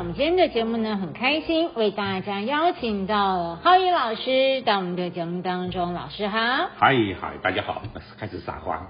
们今天的节目呢，很开心为大家邀请到了浩宇老师到我们的节目当中。老师好。 嗨，大家好，开始撒花，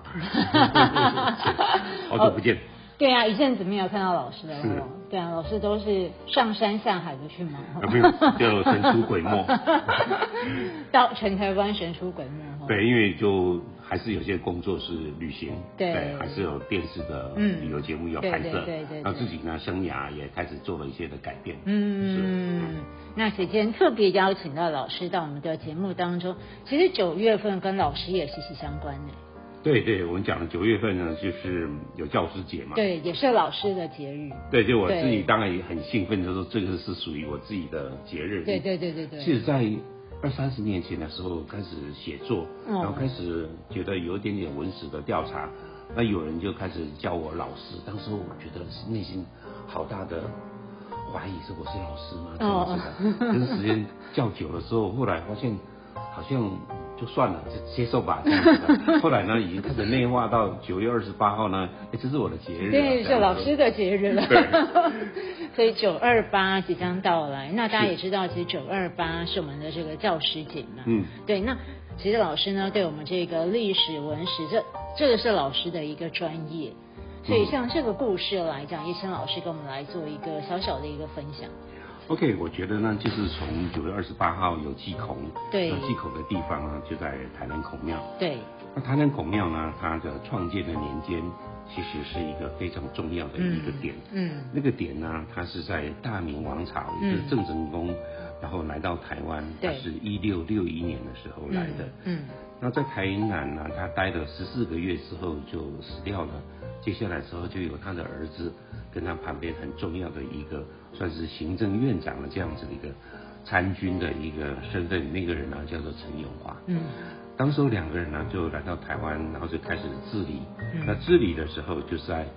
好久不见。 对啊，一阵子没有看到老师了。对啊，老师都是上山下海的去忙， 没有，就神出鬼没。 到全台湾神出鬼没。 对，因为就还是有些工作是旅行， 对， 还是有电视的旅游节目要拍摄，那自己呢生涯也开始做了一些的改变。 那今天特别邀请到老师到我们的节目当中，其实9月份跟老师也息息相关呢。 对，我们讲的9月份呢，就是有教师节嘛。 对，也是老师的节日。 对，就我自己当然也很兴奋，就是说这个是属于我自己的节日。 对。 其实在20-30年前的时候开始写作，然后开始觉得有一点点文史的调查，那有人就开始叫我老师，当时我觉得内心好大的怀疑，说我是老师吗？这样子的。可是时间较久的时候，后来发现好像就算了，就接受吧这样子的。后来呢，已经开始内化到9月28号呢，这是我的节日， 对，是老师的节日了。所以928即将到来，那大家也知道，其实928是我们的这个教师节嘛。对，那其实老师呢，对我们这个历史文史，这个是老师的一个专业，所以像这个故事来讲，也请老师跟我们来做一个小小的一个分享。 OK， 我觉得呢，就是从9月28号有祭孔， 对， 那祭孔的地方呢就在台南孔庙， 对。 那台南孔庙呢，它的创建的年间，其实是一个非常重要的一个点，那个点呢，它是在大明王朝，也就是郑成功，然后来到台湾，它是1661年的时候来的，那在台南呢，他待了14个月之后就死掉了，接下来之后就有他的儿子跟他旁边很重要的一个算是行政院长的这样子的一个参军的一个身份，那个人呢叫做陈永华。当时2个人呢就来到台湾，然后就开始治理。那治理的时候，就是在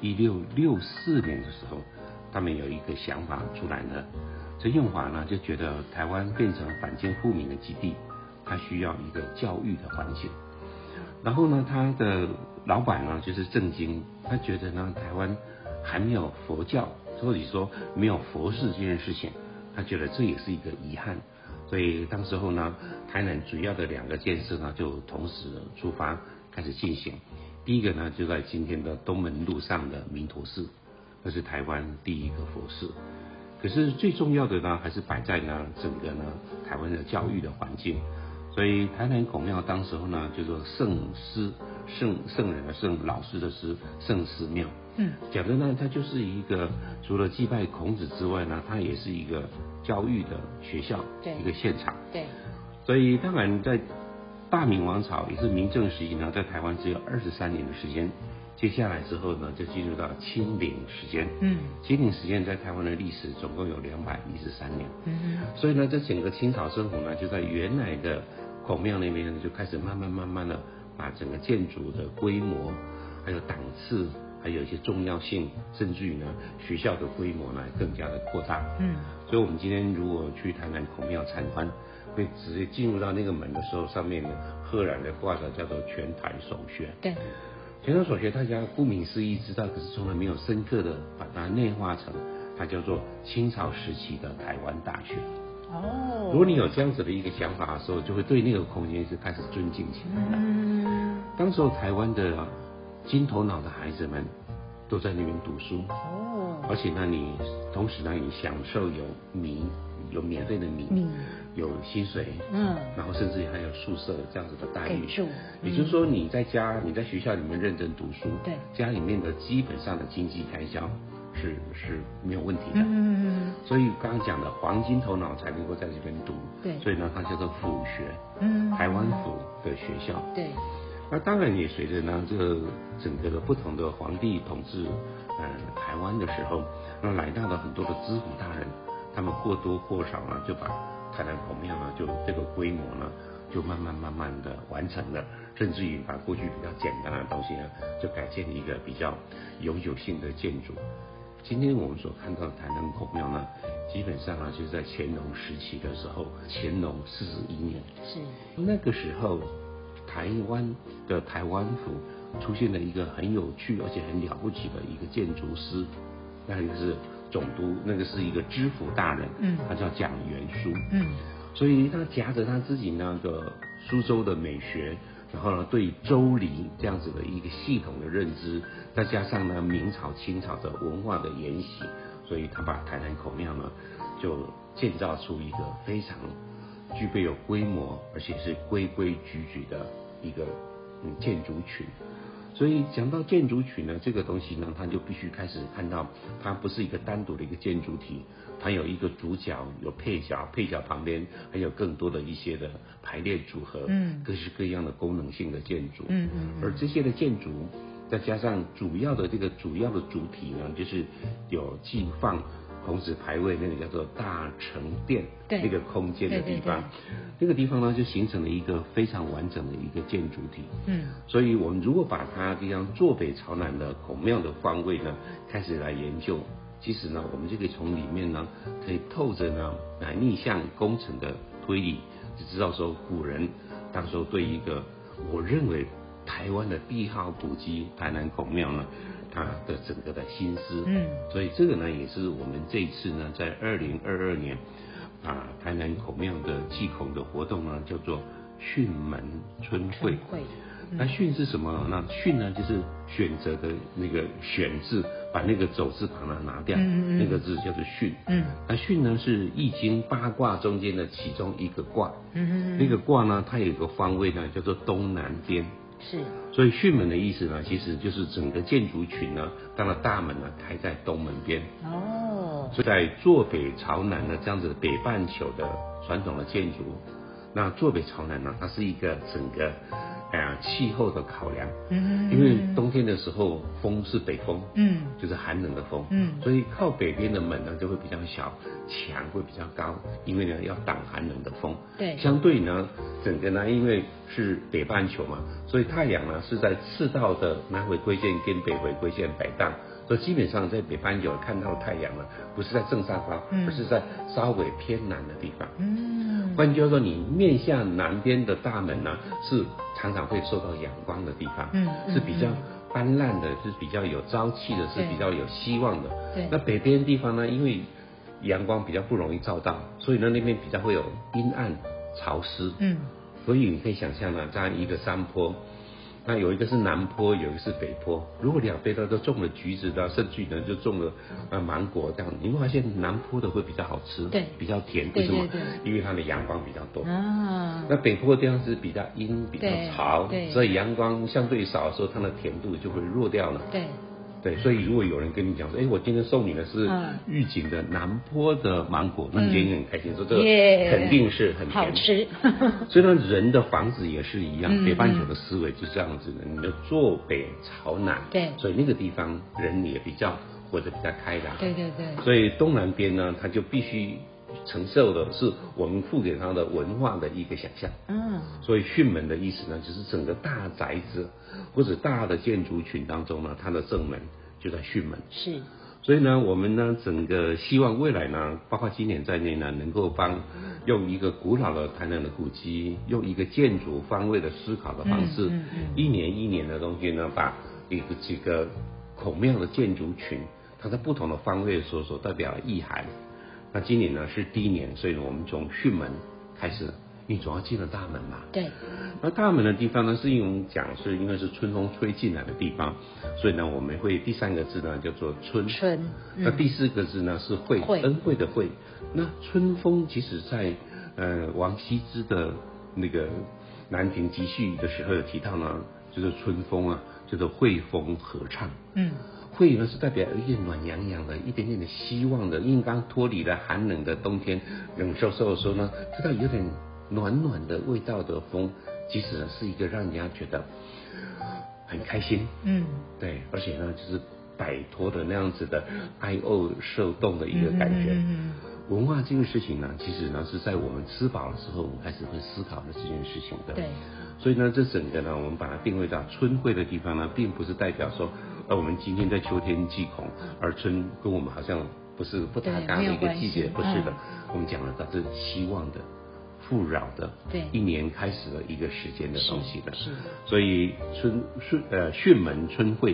1664年的时候，他们有一个想法出来了。陈永华呢就觉得台湾变成反清复明的基地，他需要一个教育的环境。然后呢，他的老板呢就是郑经，他觉得呢台湾还没有佛教，或者说没有佛事这件事情，他觉得这也是一个遗憾。所以当时候呢，台南主要的2个建设呢就同时出发开始进行。第一个呢就在今天的东门路上的弥陀寺，那是台湾第一个佛寺。可是最重要的呢，还是摆在呢整个呢台湾的教育的环境。所以台南孔庙当时候呢，叫做圣人的圣，老师的师，圣师庙。讲的呢，它就是一个除了祭拜孔子之外呢，它也是一个教育的学校，一个现场。 对。 所以当然在大明王朝，也是明正时期呢，在台湾只有23年的时间。接下来之后呢，就进入到清领时间。清领时间在台湾的历史总共有213年。所以呢，在整个清朝政府呢，就在原来的孔庙那边就开始慢慢的把整个建筑的规模，还有档次，还有一些重要性，甚至于呢学校的规模呢更加的扩大。所以我们今天如果去台南孔庙参观，会直接进入到那个门的时候，上面呢赫然的挂着叫做全台首学。 对。 全台首学大家顾名思义知道，可是从来没有深刻的把它内化成它叫做清朝时期的台湾大学。如果你有这样子的一个想法的时候，就会对那个空间是开始尊敬起来了。当时候台湾的金头脑的孩子们都在那边读书，而且呢，你同时呢，你享受有米，有免费的米，有薪水，然后甚至还有宿舍这样子的待遇。也就是说，你在学校里面认真读书， 对， 家里面的基本上的经济开销是没有问题的。所以刚刚讲的黄金头脑才能够在这边读， 对， 所以呢，它叫做府学，台湾府的学校。 对。 那当然也随着呢这个整个的不同的皇帝统治台湾的时候，那来到了很多的知府大人，他们或多或少呢就把台南孔庙呢就这个规模呢就慢慢的完成了，甚至于把过去比较简单的东西呢就改建一个比较永久性的建筑。今天我们所看到的台南孔庙呢，基本上呢就是在乾隆时期的时候，乾隆41年， 是那个时候台湾的台湾府出现了一个很有趣而且很了不起的一个建筑师，那就是总督，那个是一个知府大人，他叫蒋元枢，所以他夹着他自己那个苏州的美学，然后呢对周礼这样子的一个系统的认知，再加上呢明朝清朝的文化的沿袭，所以他把台南孔庙呢就建造出一个非常具备有规模，而且是规规矩矩的一个建筑群。所以讲到建筑群呢，这个东西呢，它就必须开始看到，它不是一个单独的一个建筑体，它有一个主角，有配角，配角旁边还有更多的一些的排列组合，各式各样的功能性的建筑，而这些的建筑，再加上主要的主体呢，就是有寄放孔子牌位那个叫做大成殿那个空间的地方，那个地方呢就形成了一个非常完整的一个建筑体。所以我们如果把它这样坐北朝南的孔庙的方位呢开始来研究，其实呢我们就可以从里面呢可以透着呢来逆向工程的推理，就知道说古人当时候对一个我认为台湾的第一号古迹台南孔庙呢它的整个的心思，所以这个呢也是我们这一次呢在2022年台南孔庙的祭孔的活动呢叫做训门春会。那训是什么？那训呢就是选择的那个选字，把那个走字旁呢拿掉，那个字叫做训。那训呢是易经8卦中间的其中一个卦，那个卦呢它有一个方位呢叫做东南边。 是， 所以训门的意思呢，其实就是整个建筑群呢，它的大门呢开在东门边。所以在坐北朝南的这样子的北半球的传统的建筑，那坐北朝南呢，它是一个整个气候的考量。因为冬天的时候风是北风，就是寒冷的风，所以靠北边的门呢就会比较小，墙会比较高，因为呢要挡寒冷的风。 对， 相对呢，整个呢因为是北半球嘛，所以太阳呢是在赤道的南回归线跟北回归线摆荡，所以基本上在北半球看到太阳呢，不是在正上方，而是在稍微偏南的地方。换句话说，你面向南边的大门呢，是常常会受到阳光的地方，是比较斑斓的，是比较有朝气的，是比较有希望的。那北边的地方呢，因为阳光比较不容易照到，所以呢那边比较会有阴暗潮湿。所以你可以想象呢，这样一个山坡，那有一个是南坡，有一个是北坡。如果两边都种了橘子的，甚至呢就种了芒果这样，你会发现南坡的会比较好吃， 对， 比较甜。为什么？因为它的阳光比较多。那北坡的地方是比较阴、比较潮，所以阳光相对少的时候，它的甜度就会弱掉了。对，所以如果有人跟你讲说，我今天送你的是玉井的南坡的芒果，那你今天很开心，说这个肯定是很甜， 好吃。 所以呢，人的房子也是一样，北半球的思维就是这样子的，你的坐北朝南， 对， 所以那个地方人也比较活得比较开朗。 对。 所以东南边呢，它就必须承受的是我们赋给它的文化的一个想象。所以训门的意思呢，就是整个大宅子或者大的建筑群当中呢，它的正门就在训门。 是。 所以呢，我们呢整个希望未来呢，包括今年在内呢，能够用一个古老的台南的古迹，用一个建筑方位的思考的方式，一年一年的东西呢，把几个孔庙的建筑群，它在不同的方位所代表的意涵。那今年呢是第一年，所以呢我们从训门开始，你总要进了大门嘛。 对。 那大门的地方呢，是因为我们讲是因为是春风吹进来的地方，所以呢我们会第3个字呢叫做春。那第4个字呢是惠，恩惠的惠。那春风其实在王羲之的那个《兰亭集序》的时候有提到呢，就是春风啊，叫做惠风和畅。惠呢是代表一点暖洋洋的，一点点的希望的，因为刚脱离了寒冷的冬天，冷飕飕的时候呢，这个有点暖暖的味道的风，其实呢是一个让人家觉得很开心。对，而且呢就是摆脱的那样子的哀怄受冻的一个感觉。文化这个事情呢，其实呢是在我们吃饱的时候，我们开始会思考的这件事情的。 对。 所以呢，这整个呢，我们把它定位到春会的地方呢，并不是代表说，我们今天在秋天祭孔，而春跟我们好像不搭嘎的一个季节，不是的。我们讲了它是希望的、富饶的，一年开始的一个时间的东西的。所以训门春会，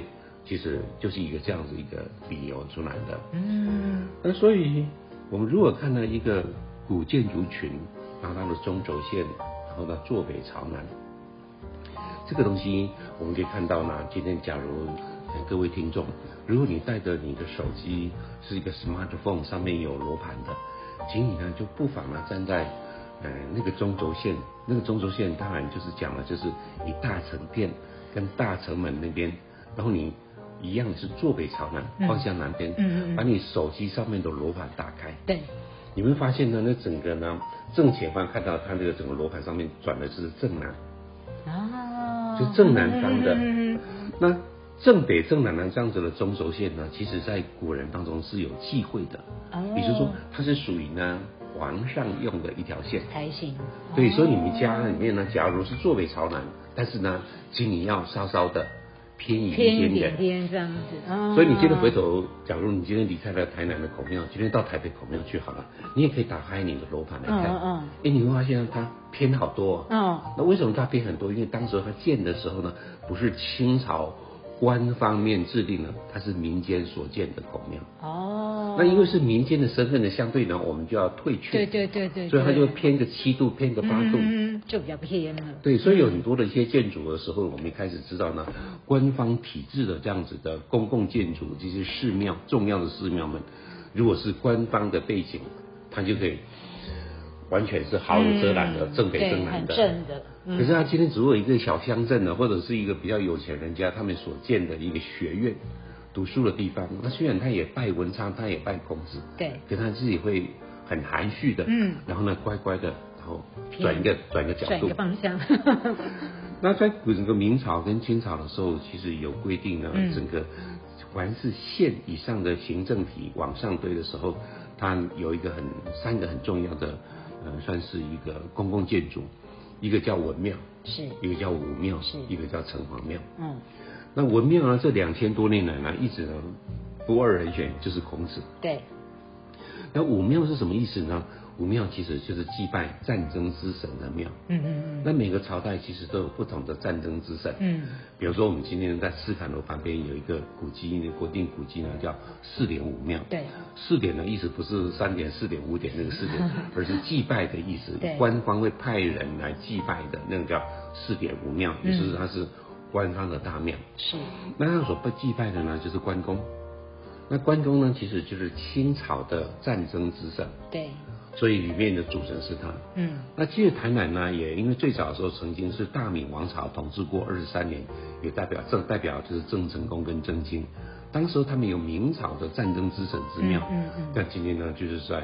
其实就是一个这样子一个理由出来的。那所以我们如果看到一个古建筑群，然后它的中轴线，然后呢坐北朝南，这个东西我们可以看到呢，今天假如各位听众，如果你带着你的手机是一个 smartphone 上面有罗盘的，请你呢就不妨呢站在那个中轴线，那个中轴线当然就是讲了，就是以大城店跟大城门那边，然后你一样是坐北朝南，方向南边，把你手机上面的罗盘打开， 对， 你会发现呢，那整个呢正前方看到它那个整个罗盘上面转的是正南，就正南方的，那正北正南这样子的中轴线呢，其实在古人当中是有忌讳的，比如说它是属于呢皇上用的一条线才行。 对，所以你们家里面呢，假如是坐北朝南，但是呢，请你要稍稍的偏移一点点这样子。 所以你今天回头，假如你今天离开了台南的孔庙，今天到台北孔庙去好了，你也可以打开你的罗盘来看。你会发现它偏好多。那为什么它偏很多？因为当时它建的时候呢，不是清朝官方面制定的，它是民间所建的孔庙。那因为是民间的身份的，相对呢，我们就要退却。对，所以它就偏个7度，偏个8度， 就比较偏了。 对，所以有很多的一些建筑的时候，我们开始知道呢，官方体制的这样子的公共建筑，这些寺庙，重要的寺庙们，如果是官方的背景，它就可以完全是毫无遮拦的，正北正南的， 很正的。 可是它今天只有一个小乡镇呢，或者是一个比较有钱人家他们所建的一个学院，读书的地方，那虽然他也拜文昌，他也拜孔子， 对， 可是他自己会很含蓄的，然后呢乖乖的，然后转一个角度， 转一个方向。 那在整个明朝跟清朝的时候，其实有规定呢，整个凡是县以上的行政体往上堆的时候，它有3个很重要的，算是一个公共建筑，一个叫文庙， 是， 一个叫武庙，是，一个叫城隍庙。那文庙呢，这2000多年来呢，一直呢不二人选就是孔子。 对。 那武庙是什么意思呢？武庙其实就是祭拜战争之神的庙。那每个朝代其实都有不同的战争之神。比如说我们今天在赤坎楼旁边有一个古迹，国定古迹呢叫4点武庙。 对。 4点的意思不是3点、4点、5点那个4点，而是祭拜的意思。 对。 官方会派人来祭拜的那个叫4点武庙，也就是它是官方的大庙。 是。 那他所被祭拜的呢，就是关公。那关公呢，其实就是清朝的战争之神。 对。 所以里面的主神是他。那其实台南呢，也因为最早的时候曾经是大明王朝统治过23年，也代表就是郑成功跟郑经。当时他们有明朝的战争之神之庙。但今天呢，就是在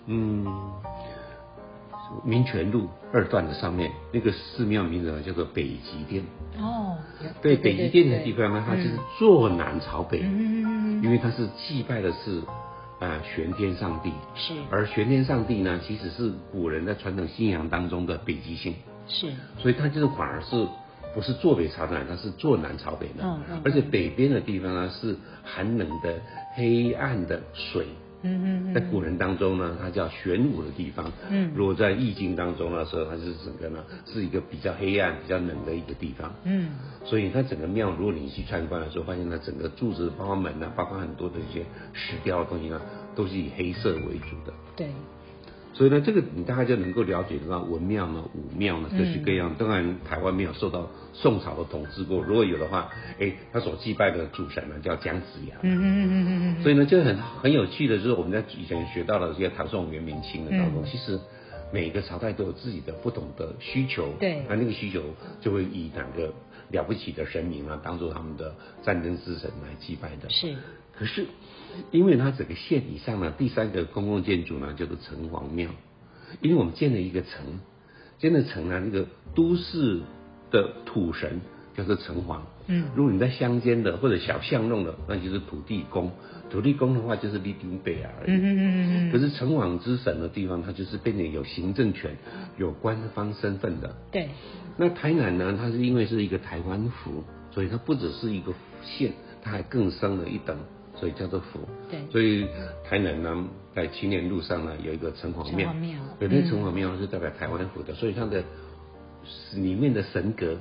民权路2段的上面，那个寺庙名字呢叫做北极殿。对，北极殿的地方呢，它就是坐南朝北，因为它是祭拜的是玄天上帝。 是。而玄天上帝呢，其实是古人在传统信仰当中的北极星。 是。所以它就是反而是不是坐北朝南，它是坐南朝北的。而且北边的地方呢是寒冷的、黑暗的水。在古人当中呢，它叫玄武的地方。如果在易经当中的时候，它是整个呢是一个比较黑暗、比较冷的一个地方。所以它整个庙，如果你去参观的时候，发现它整个柱子、包括门啊，包括很多的一些石雕的东西呢，都是以黑色为主的。 对。 所以呢，这个你大概就能够了解到文庙呢、武庙呢各式各样。当然，台湾没有受到宋朝的统治过，如果有的话，他所祭拜的主神呢叫姜子牙。所以呢，就很有趣的就是我们在以前学到的这些唐宋元明清的当中，其实每一个朝代都有自己的不同的需求。 对。 那个需求就会以哪个了不起的神明啊，当做他们的战争之神来祭拜的。 是。 可是，因为它整个县以上呢，第3个公共建筑呢叫做城隍庙，因为我们建了一个城，建了城呢，那个都市的土神叫做城隍。如果你在乡间的或者小巷弄的，那就是土地公。土地公的话就是立丁北而已。可是城隍之神的地方，它就是变成有行政权、有官方身份的。 对。 那台南呢，它是因为是一个台湾府，所以它不只是一个县，它还更升了一等。所以叫做府。 对。 所以台南呢，在青年路上呢有一个城隍庙。有那城隍庙是代表台湾府的，所以它的里面的神格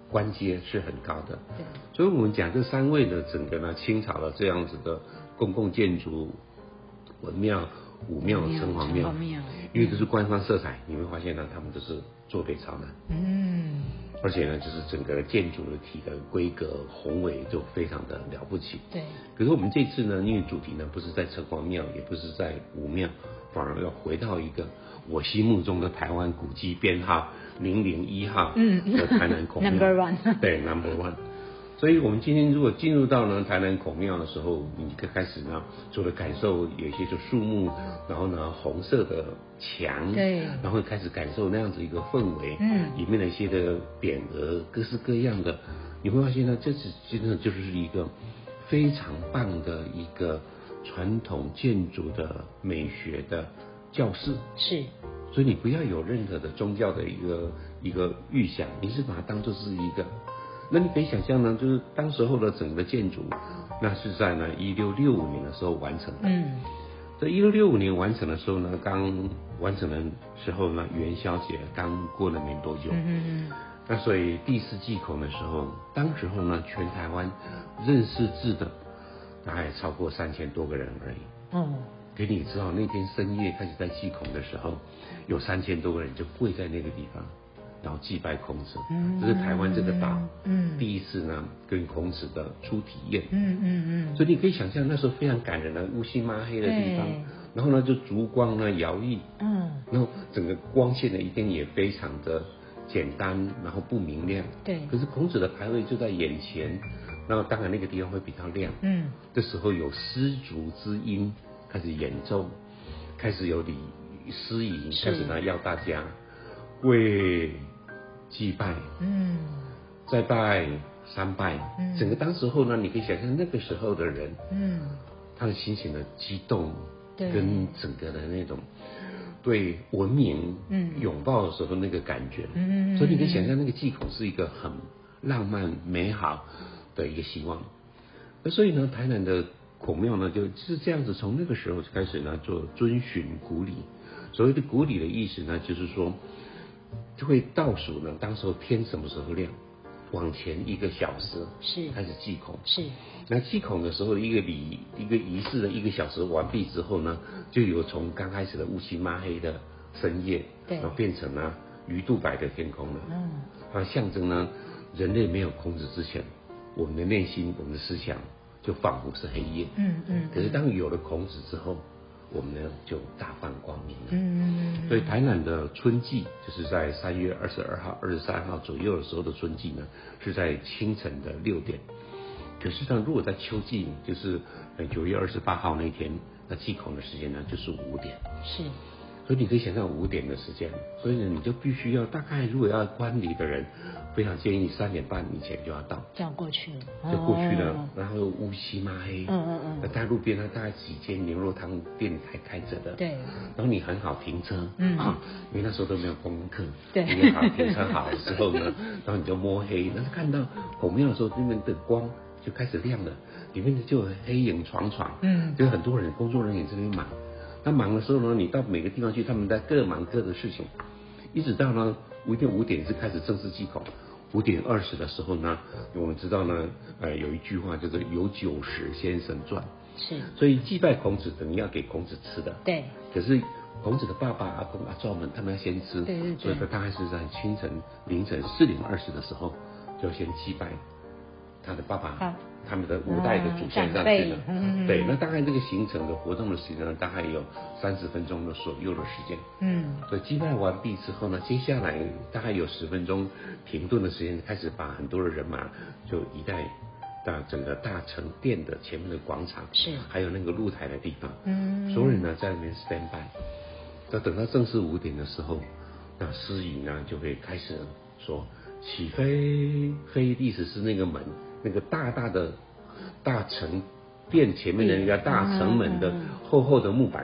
官阶是很高的。所以我们讲这3位的整个呢清朝的这样子的公共建筑，文庙、武庙、城隍庙，因为都是官方色彩，你会发现呢，他们都是坐北朝南。而且呢，就是整个建筑的体的规格宏伟就非常的了不起。 对。 可是我们这次呢，因为主题呢不是在城隍庙，也不是在武庙，反而要回到一个我心目中的台湾古迹编号001号的台南孔庙。 Number one。 对 ，Number one。所以我们今天如果进入到呢台南孔庙的时候，你可以开始呢，除了感受有一些就树木，然后呢红色的墙， 对， 然后开始感受那样子一个氛围，里面的一些的匾额各式各样的，你会发现呢，这是真的就是一个非常棒的一个传统建筑的美学的教室。 是。 所以你不要有任何的宗教的一个预想，你是把它当作是一个。那你可以想象呢，就是当时候的整个建筑，那是在呢1665年的时候完成的。在1665年完成的时候呢，刚完成的时候呢，元宵节刚过了没多久。那所以第4祭孔的时候，当时候呢，全台湾认识字的大概超过3000多个人而已。可你知道那天深夜开始在祭孔的时候，有3000多个人就跪在那个地方。然后祭拜孔子，这是台湾这个岛第一次呢跟孔子的初体验。所以你可以想象那时候非常感人的乌漆嘛黑的地方，然后呢就烛光呢摇曳，然后整个光线呢一定也非常的简单，然后不明亮。 对。可是孔子的牌位就在眼前，然后当然那个地方会比较亮。这时候有丝竹之音开始演奏，开始有司仪开始呢要大家跪祭拜，再拜3拜，整个当时候呢，你可以想象那个时候的人，他的心情的激动，跟整个的那种对文明拥抱的时候那个感觉，所以你可以想象那个祭孔是一个很浪漫美好的一个希望。那所以呢，台南的孔庙呢就是这样子，从那个时候开始呢做遵循古礼。所谓的古礼的意思呢，就是说就会倒数呢，当时候天什么时候亮，往前1个小时是开始祭孔。是。那祭孔的时候，一个仪式的1个小时完毕之后呢，就有从刚开始的乌漆嘛黑的深夜，然后变成了鱼肚白的天空了。它象征呢，人类没有孔子之前，我们的内心、我们的思想就仿佛是黑夜。可是当有了孔子之后，我们呢就大放光明了。所以台南的春季就是在3月22号、23号左右的时候的春季呢，是在清晨的6点。可是呢，如果在秋季，就是9月28号那天，那祭孔的时间呢就是5点。是。所以你可以想象5点的时间，所以呢你就必须要大概如果要观礼的人，非常建议3点半以前就要到。 就要过去了。 就过去了，然后乌漆嘛黑。那大路边呢，大概几间牛肉汤店还开着的。对。然后你很好停车。因为那时候都没有公课。对。你好停车好之后呢，然后你就摸黑，但是看到孔庙的时候，那边的光就开始亮了，里面就有黑影闯闯。就很多人工作人员这边忙。那忙的时候呢，你到每个地方去，他们在各忙各的事情，一直到呢5点是开始正式祭孔。5点20的时候呢，我们知道呢，有一句话叫做有酒食先生传。是。所以祭拜孔子等于要给孔子吃的。对。可是孔子的爸爸、阿公、阿赵们，他们要先吃。对。所以他大概是在凌晨4点20的时候，就先祭拜他的爸爸。他们的5代的祖先上去了。对，那大概这个行程的活动的时间呢，大概有30分钟的左右的时间。所以祭拜完毕之后呢，接下来大概有10分钟停顿的时间，开始把很多的人马就移在整个大成殿的前面的广场，是，还有那个露台的地方。所有人呢在那边 stand by。那等到正式5点的时候，那司仪呢就会开始说起飞，飞意思是那个门。那个大大的大成殿前面的那个大城门的厚厚的木板，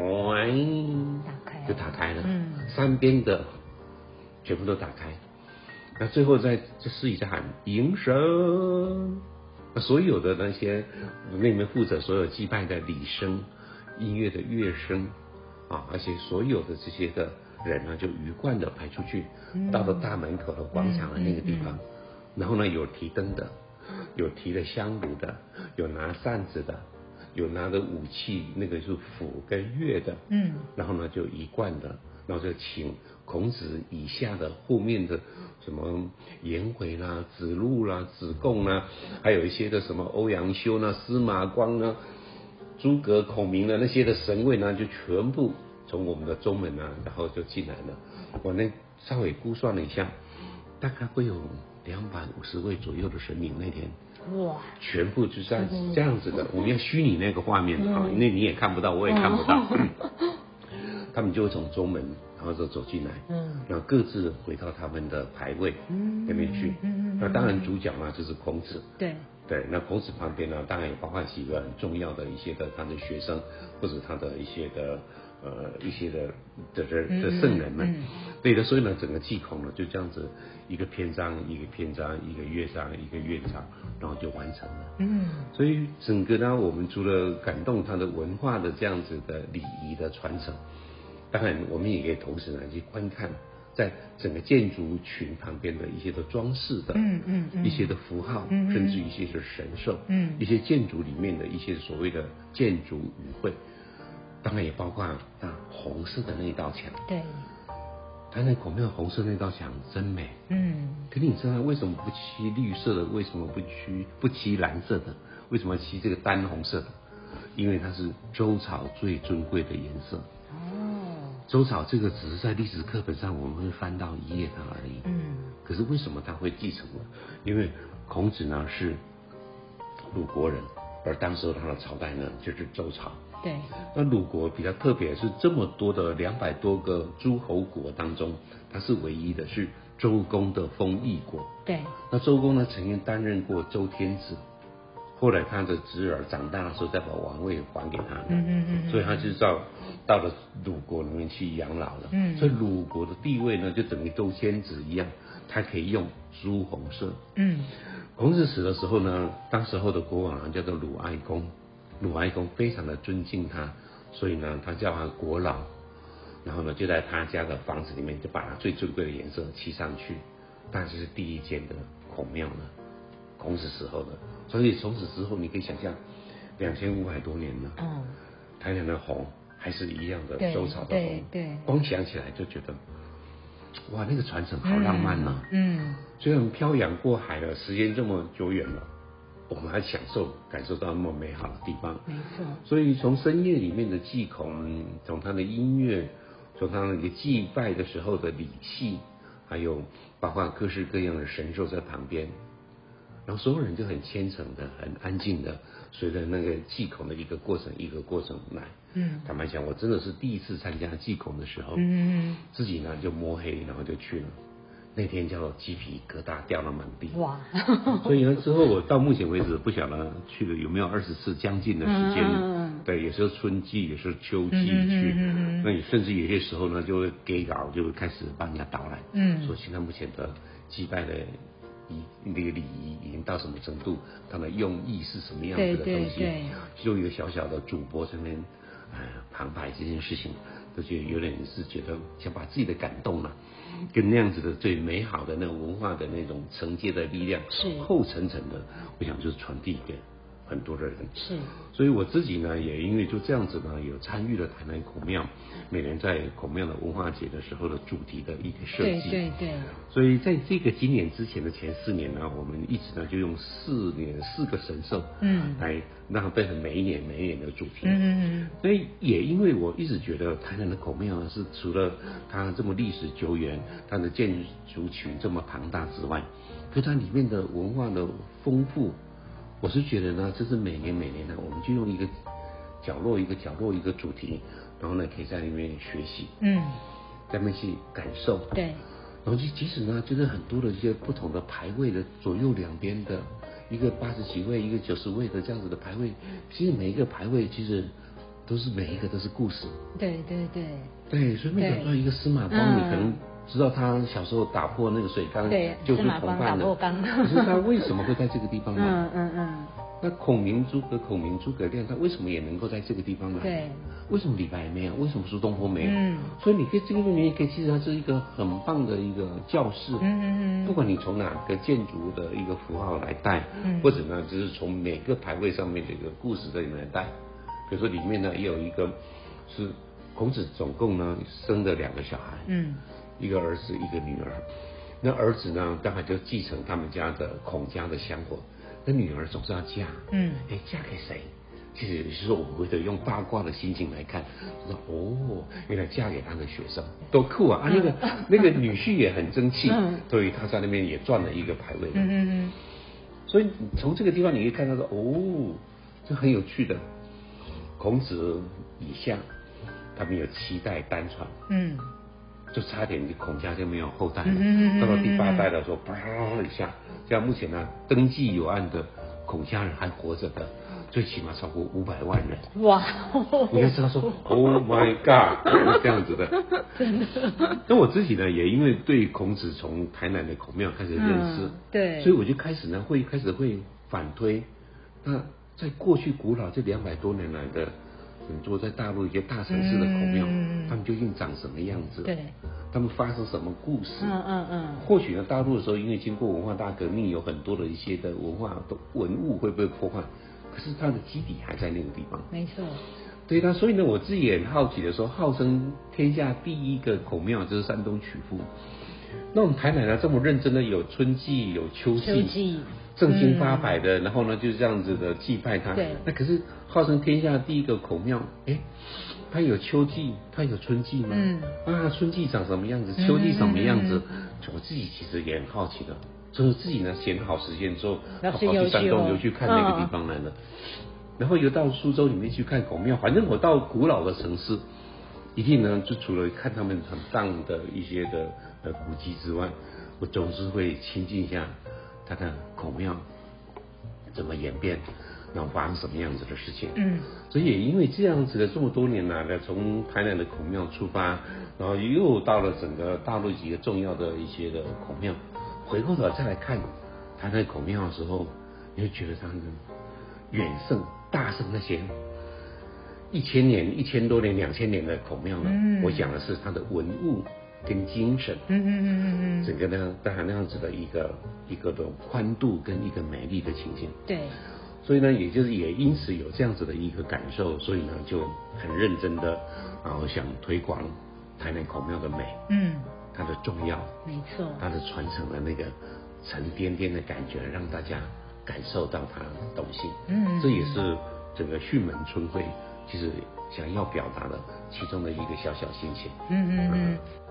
就打开了。3边的全部都打开。那最后这司仪在喊迎神，那所有的那些那边负责所有祭拜的礼声、音乐的乐声而且所有的这些的人呢，就鱼贯的排出去，到了大门口的广场的那个地方。 然后呢有提灯的，有提了香炉的，有拿扇子的，有拿的武器，那个是斧跟钺的，然后呢就一贯的，然后就请孔子以下的后面的什么颜回啦、子路啦、子贡啦，还有一些的什么欧阳修啦、司马光啦、诸葛孔明的那些的神位呢，就全部从我们的中门啊，然后就进来了。我那稍微估算了一下，大概会有250位左右的神明那天。哇！全部就像这样子的，我们要虚拟那个画面啊，因为你也看不到，我也看不到。他们就会从中门，然后就走进来，然后各自回到他们的牌位那边去。那当然主角嘛就是孔子。对。那孔子旁边呢，当然也包括几个很重要的一些的他的学生，或者他的一些的圣人们。对的，所以呢，整个祭孔呢就这样子一个篇章一个篇章，一个乐章一个乐章，然后就完成了。所以整个呢，我们除了感动他的文化的这样子的礼仪的传承，当然我们也可以同时呢去观看在整个建筑群旁边的一些的装饰的，一些的符号，甚至一些是神兽，一些建筑里面的一些所谓的建筑语汇，当然也包括那红色的那一道墙。对，它那孔庙红色那道墙真美。可你知道为什么不漆绿色的？为什么不漆蓝色的？为什么漆这个丹红色的？因为它是周朝最尊贵的颜色。周朝这个只是在历史课本上我们会翻到一页它而已。可是为什么它会继承呢？因为孔子呢是鲁国人，而当时他的朝代呢就是周朝。对。那鲁国比较特别，是这么多的200多个诸侯国当中，它是唯一的是周公的封邑国。对。那周公呢曾经担任过周天子。后来他的侄儿长大的时候，再把王位还给他的，所以他就到了鲁国里面去养老了。所以鲁国的地位呢，就等于周天子一样，他可以用朱红色。孔子死的时候呢，当时候的国王叫做鲁哀公，鲁哀公非常的尊敬他，所以呢，他叫他国老，然后呢，就在他家的房子里面就把他最尊贵的颜色漆上去，但是第一间的孔庙呢。孔子死后的，所以从此之后，你可以想象，2500多年了，台南的红还是一样的周朝的红，光想起来就觉得，哇，那个传承好浪漫呐。虽然漂洋过海了，时间这么久远了，我们还感受到那么美好的地方。没错。所以从深夜里面的祭孔，从他的音乐，从他那个祭拜的时候的礼器，还有包括各式各样的神兽在旁边。然后所有人就很虔诚的、很安静的，随着那个祭孔的一个过程来。坦白讲，我真的是第一次参加祭孔的时候，自己呢就摸黑，然后就去了。那天叫鸡皮疙瘩掉了满地。哇！所以呢，之后我到目前为止不晓得去了有没有20次将近的时间。对，有时候春季，有时候秋季去。那你甚至有些时候呢，就会给稿，就会开始帮人家导览。说现在目前的祭拜的。那个礼仪已经到什么程度？它的用意是什么样子的东西？就一个小小的主播这边旁白这件事情，都觉得有点是觉得想把自己的感动啊，跟那样子的最美好的那种文化的那种承接的力量，是厚层层的，我想就是传递给很多的人。是，所以我自己呢，也因为就这样子呢，有参与了台南孔庙每年在孔庙的文化节的时候的主题的一个设计。对。所以在这个今年之前的前4年呢，我们一直呢就用4个神兽，来让它变成每一年的主题。所以也因为我一直觉得台南的孔庙呢，是除了它这么历史久远，它的建筑群这么庞大之外，可它里面的文化的丰富。我是觉得呢，这是每年呢，我们就用一个角落一个主题，然后呢，可以在里面学习，在那边去感受，对，然后即使呢，就是很多的一些不同的牌位的左右两边的，一个80几位，一个90位的这样子的牌位，其实每一个牌位其实每一个都是故事，对，所以没想到一个司马光，你可能。知道他小时候打破那个水缸，救出同伴的。可是他为什么会在这个地方呢？ 那孔明、诸葛亮，他为什么也能够在这个地方来？ 对。 为什么李白没有？为什么苏东坡没有？所以你可以这个你也可以，其实它是一个很棒的一个教室。不管你从哪个建筑的一个符号来带，或者呢，就是从每个牌位上面的一个故事在里面带。比如说里面呢，也有一个是孔子总共呢生了2个小孩，一个儿子，一个女儿。那儿子呢，当然就继承他们家的孔家的香火。那女儿总是要嫁，嫁给谁？其实是说我们会用八卦的心情来看，说原来嫁给他的学生，多酷啊！那个女婿也很争气，所以他在那边也赚了一个牌位。所以从这个地方你可以看到说，这很有趣的。孔子以下，他们有7代单传，就差点孔家就没有后代了。到了第8代的时候，啪一下，像目前呢登记有案的孔家人还活着的，最起码超过500万人。 哇！ 你就知道说 ，Oh my God， 这样子的。 真的。 那我自己呢，也因为对孔子从台南的孔庙开始认识， 对， 所以我就开始会反推。那在过去古老这200多年来的很多在大陆一些大城市的孔庙，他们究竟长什么样子？ 对， 他们发生什么故事？或许呢，大陆的时候因为经过文化大革命，有很多的一些的文物会被破坏，可是它的基底还在那个地方。 没错。 对的，所以呢，我自己也很好奇的说，号称天下第一个孔庙就是山东曲阜。那我们台南呢这么认真的有春季有秋季，正经八百的，然后呢就是这样子的祭拜它。 对。 那可是号称天下第一个孔庙，它有秋季，它有春季吗？春季长什么样子？秋季什么样子？我自己其实也很好奇的，所以自己呢闲好时间之后，跑去山东游去看那个地方来了。然后又到苏州里面去看孔庙，反正我到古老的城市，一定呢就除了看他们很棒的一些的古迹之外，我总是会亲近一下看看孔庙怎么演变，然后发生什么样子的事情。所以也因为这样子的这么多年来呢，从台南的孔庙出发，然后又到了整个大陆几个重要的一些的孔庙，回过头再来看台南孔庙的时候，你会觉得它远胜大胜那些1000年、1000多年、2000年的孔庙呢。我讲的是它的文物跟精神，整个呢当然那样子的一个的宽度跟一个美丽的情境。 对。所以呢，也因此有这样子的一个感受，所以呢就很认真的，然后想推广台南孔庙的美，它的重要， 没错， 它的传承的那个沉甸甸的感觉，让大家感受到它的东西。这也是整个巽门春会其实想要表达的其中的一个小小心情。